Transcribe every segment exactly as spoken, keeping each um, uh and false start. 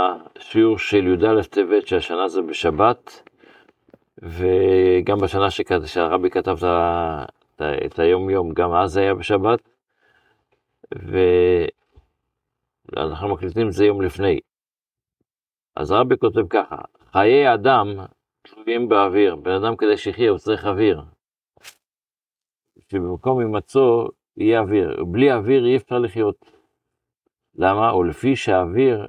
השיעור של י"א טבת, שהשנה זה בשבת, וגם בשנה שהרבי כתב את היום יום, גם אז היה בשבת, ואנחנו מקליטים את זה יום לפני. אז הרבי כותב ככה, חיי אדם תלויים באוויר, בן אדם כדי שיחיה הוא צריך אוויר, שבמקום הימצאו יהיה אוויר, בלי אוויר אי אפשר לחיות. למה? או לפי שהאוויר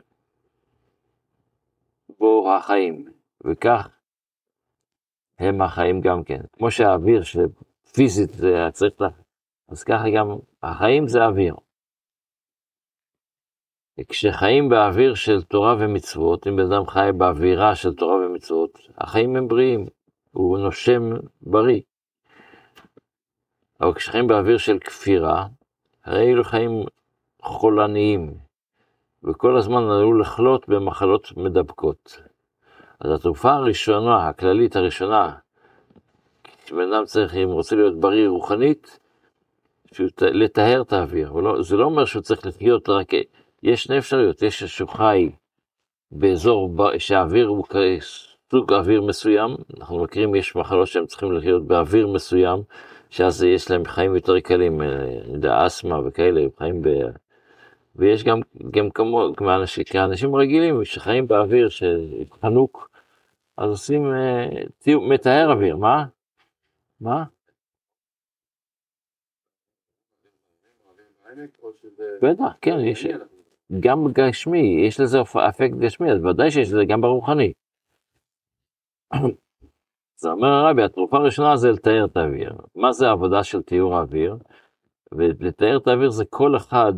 בו החיים, וכך הם החיים גם כן. כמו שהאוויר שפיזית זה צריך לה, אז ככה גם החיים זה אוויר. כשחיים באוויר של תורה ומצוות, אם בן אדם חי באווירה של תורה ומצוות, החיים הם בריאים, הוא נושם בריא. אבל כשחיים באוויר של כפירה, הרי אלו חיים חולניים, וכל הזמן עלול לחלות במחלות מדבקות. אז התרופה הראשונה, הכללית הראשונה, כשבן אדם צריך, אם רוצה להיות בריא רוחנית, לטהר את האוויר. ולא, זה לא אומר שהוא צריך לחיות רק, יש שני אפשרויות, יש שהוא חי באזור שהאוויר הוא סוג אוויר מסוים, אנחנו מכירים, יש מחלות שהם צריכים לחיות באוויר מסוים, שאז יש להם חיים יותר קלים, אני יודע, אסמה וכאלה, חיים ב... ויש גם, גם כמו, כמו אנשים, כאנשים רגילים שחיים באוויר שחנוק, אז עושים, תהיו, מטהר אוויר, מה? מה? בטח, כן, יש, גם גשמי, יש לזה אפקט גשמי, אז ודאי שיש לזה גם ברוחני. זה אומר הרבי, התרופה הראשונה זה לטהר את האוויר. מה זה העבודה של תיאור האוויר? ולטהר את האוויר זה כל אחד,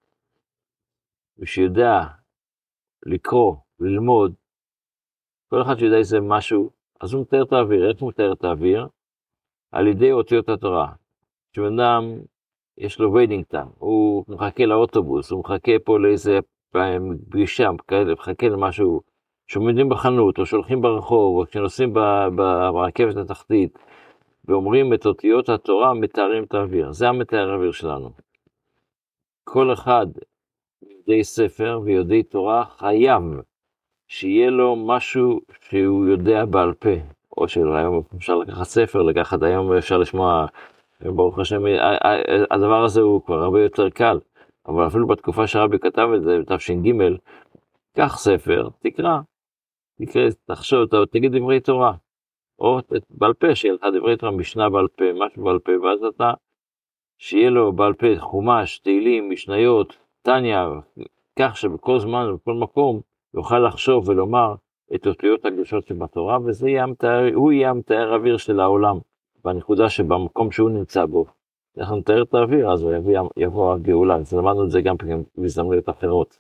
שיודע לקרוא, ללמוד, כל אחד שיודע איזה משהו, אז הוא מתאר את האוויר. איך הוא מתאר את האוויר? על ידי אותיות התורה. כשבן אדם יש לו ויידינג טיים, הוא מחכה לאוטובוס, הוא מחכה פה לאיזה פגישה, מחכה למשהו, שעומדים בחנות, או שולחים ברחוב, או כשנוסעים ברכבת התחתית, ואומרים את אותיות התורה, מתארים את האוויר. זה המתאר האוויר שלנו. כל אחד יודעי ספר ויודעי תורה חייב שיהיה לו משהו שהוא יודע בעל פה, או שהיום אפשר לקחת ספר, לקחת היום אפשר לשמוע, ברוך השם, הדבר הזה הוא כבר הרבה יותר קל, אבל אפילו בתקופה שהרבי כתב את זה, בתש"ג, קח ספר, תקרא, תקרא, תחשוב, תגיד דברי תורה, או בעל פה, שיהיה לך דברי תורה, משנה בעל פה, משהו בעל פה, ואז אתה, שיהיה לו בעל פה, חומש, תהילים, משניות, טניה, כך שבכל זמן ובכל מקום יוכל לחשוב ולומר את אותיות הקדושות שבתורה, וזה יהיה המתאר, הוא יהיה המתאר האוויר של העולם, בנקודה שבמקום שהוא נמצא בו. אנחנו נתאר את האוויר, אז הוא יבוא, יבוא הגאולה. אז למדנו את זה גם בהזדמנויות אחרות.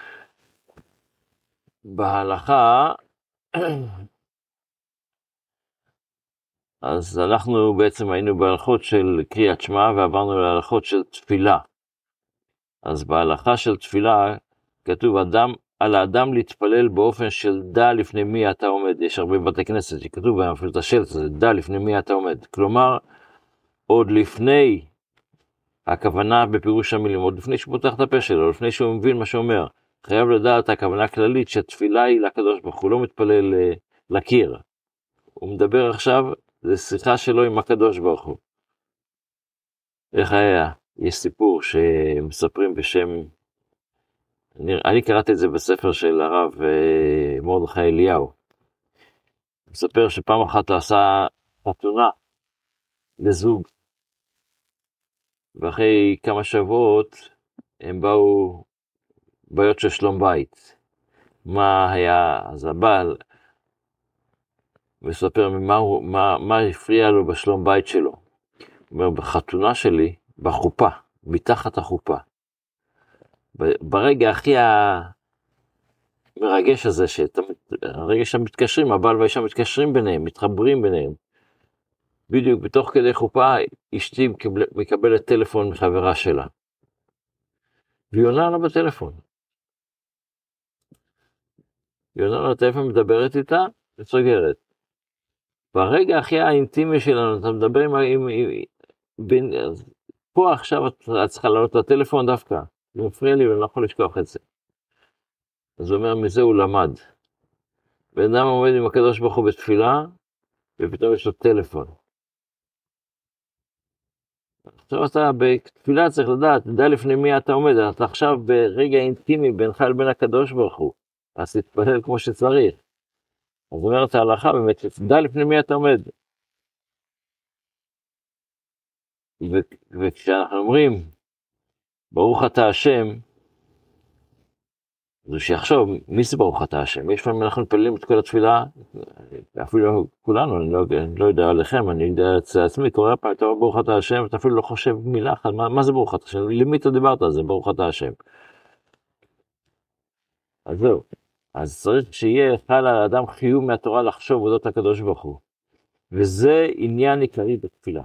בהלכה, אז אנחנו בעצם היינו בהלכות של קריאת שמע, ועברנו להלכות של תפילה. אז בהלכה של תפילה כתוב אדם, על האדם להתפלל באופן של דע לפני מי אתה עומד. יש הרבה בתי כנסת שכתוב בהם אפילו את השלט הזה, דע לפני מי אתה עומד. כלומר, עוד לפני הכוונה בפירוש המילים, עוד לפני שהוא פותח את הפה שלו, לפני שהוא מבין מה שאומר, חייב לדעת הכוונה הכללית שהתפילה היא לקדוש ברוך הוא, לא מתפלל לקיר. הוא מדבר עכשיו, זה שיחה שלו עם הקדוש ברוך הוא. איך היה? יש סיפור שמספרים בשם, אני, אני קראתי את זה בספר של הרב מרדכי אליהו. מספר שפעם אחת הוא עשה חתונה לזוג, ואחרי כמה שבועות הם באו בעיות של שלום בית. מה היה? אז הבעל מספר מה, מה, מה הפריע לו בשלום בית שלו. הוא אומר, בחתונה שלי, בחופה, מתחת החופה, ברגע הכי המרגש הזה, הרגע שהם מתקשרים, הבעל והאישה מתקשרים ביניהם, מתחברים ביניהם, בדיוק בתוך כדי חופה, אשתי מקבלת טלפון מחברה שלה, והיא עונה לה בטלפון. היא עונה לה בטלפון, מדברת איתה, וסוגרת. ברגע הכי האינטימי שלנו, אתה מדבר עם, עם, עם בין, פה עכשיו את צריכה לעלות לטלפון דווקא, זה מפריע לי ואני לא יכול לשכוח את זה. אז הוא אומר, מזה הוא למד. בן אדם עומד עם הקדוש ברוך הוא בתפילה, ופתאום יש לו טלפון. עכשיו אתה בתפילה צריך לדעת, תדע לפני מי אתה עומד, אתה עכשיו ברגע אינטימי בינך לבין הקדוש ברוך הוא, אז תתפלל כמו שצריך. אז אומרת ההלכה באמת, תדע לפני מי אתה עומד. ו- וכשאנחנו אומרים, ברוך אתה השם, זה שיחשוב, מי זה ברוך אתה השם? יש פעמים אנחנו מתפללים את כל התפילה, אפילו כולנו, אני לא, אני לא יודע עליכם, אני יודע אצל עצמי, קורא פעם, אתה אומר ברוך אתה השם, אתה אפילו לא חושב מילה אחת, מה, מה זה ברוך אתה השם? למי אתה דיברת על זה, ברוך אתה השם? אז זהו, אז צריך שיהיה חל על האדם חיוב מהתורה לחשוב אודות הקדוש ברוך הוא, וזה עניין עיקרי בתפילה.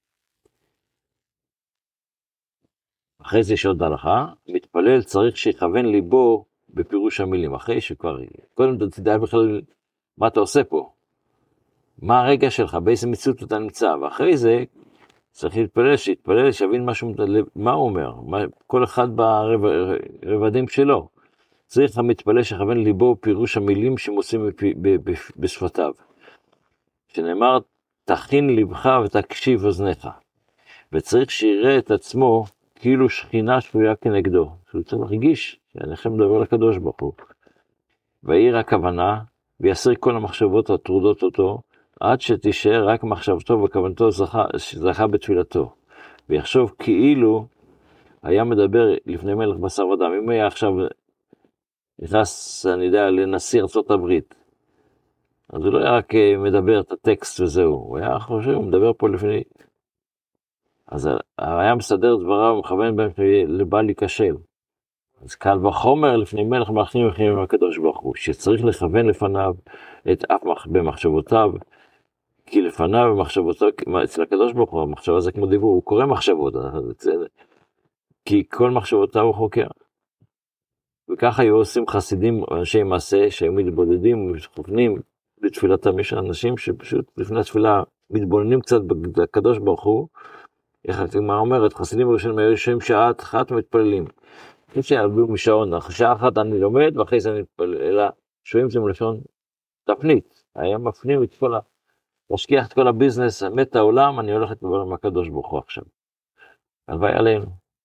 אחרי זה יש עוד הלכה, מתפלל צריך שיכוון ליבו בפירוש המילים, אחרי שכבר, קודם תדע בכלל מה אתה עושה פה, מה הרגע שלך, באיזה מציאות אתה נמצא, ואחרי זה צריך להתפלל, שיתפלל, שיבין משהו, מה הוא אומר, מה, כל אחד ברבדים שלו, צריך המתפלל שיכוון ליבו בפירוש המילים שמוצאים בשפתיו, שנאמר, תכין לבך ותקשיב אוזניך, וצריך שיראה את עצמו, כאילו שכינה שבויה כנגדו, שהוא צריך להרגיש, שאנחנו מדבר לקדוש ברוך הוא. והעיר הכוונה, ויסיר כל המחשבות הטרודות אותו, עד שתישאר רק מחשבתו וכוונתו זכה, זכה בתפילתו. ויחשוב כאילו היה מדבר לפני מלך בשר ודם. אם היה עכשיו נכנס, אני יודע, לנשיא ארצות הברית, אז הוא לא היה רק מדבר את הטקסט וזהו, הוא היה חושב, הוא מדבר פה לפני... אז היה מסדר דבריו ומכוון בהם לבל להיכשל. אז קל וחומר לפני מלך מלכים ומלכים עם הקדוש ברוך הוא, שצריך לכוון לפניו את אף במחשבותיו, כי לפניו במחשבותיו, אצל הקדוש ברוך הוא, המחשבה זה כמו דיבור, הוא קורא מחשבות, כי כל מחשבותיו הוא חוקר. וככה היו עושים חסידים, אנשי מעשה, שהם מתבודדים ומתכוונים לתפילתם. יש אנשים שפשוט לפני התפילה מתבוננים קצת בקדוש ברוך הוא, איך הגמרא אומרת, חסידים הראשונים היו יושבים שעה אחת ומתפללים. אי אפשר להביאו משעון, שעה אחת אני לומד ואחרי זה אני מתפלל, אלא שוהים זה מלשון תפנית. היה מפנים את כל ה... להשכיח את כל הביזנס, מת העולם, אני הולך לדבר עם הקדוש ברוך הוא עכשיו. הלוואי עלינו.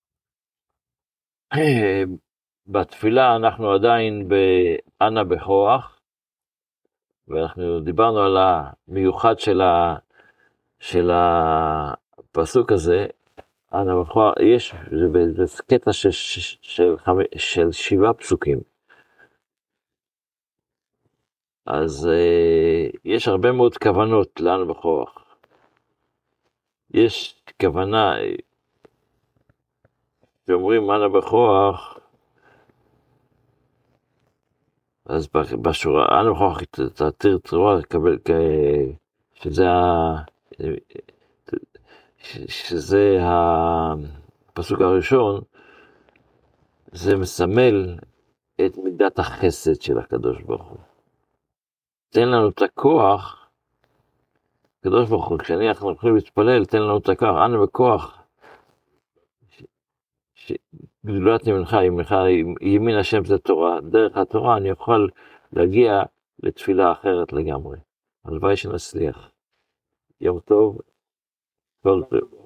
בתפילה אנחנו עדיין באנה בכוח, ואנחנו דיברנו על המיוחד של ה... של ה... הפסוק הזה, אנה בכוח, יש, זה, זה קטע של, של, של, של שבעה פסוקים. אז אה, יש הרבה מאוד כוונות לאנה בכוח. יש כוונה, שאומרים אנה בכוח, אז בשורה, אנה בכוח, תתיר תרועה, לקבל, שזה ה... שזה הפסוק הראשון, זה מסמל את מידת החסד של הקדוש ברוך הוא. תן לנו את הכוח, הקדוש ברוך הוא, כשאני אנחנו יכולים להתפלל, תן לנו את הכוח, אנו בכוח, גדולת ימינך, ימינך, ימין השם זה תורה, דרך התורה אני יכול להגיע לתפילה אחרת לגמרי. הלוואי שנצליח. יום טוב, כל טוב.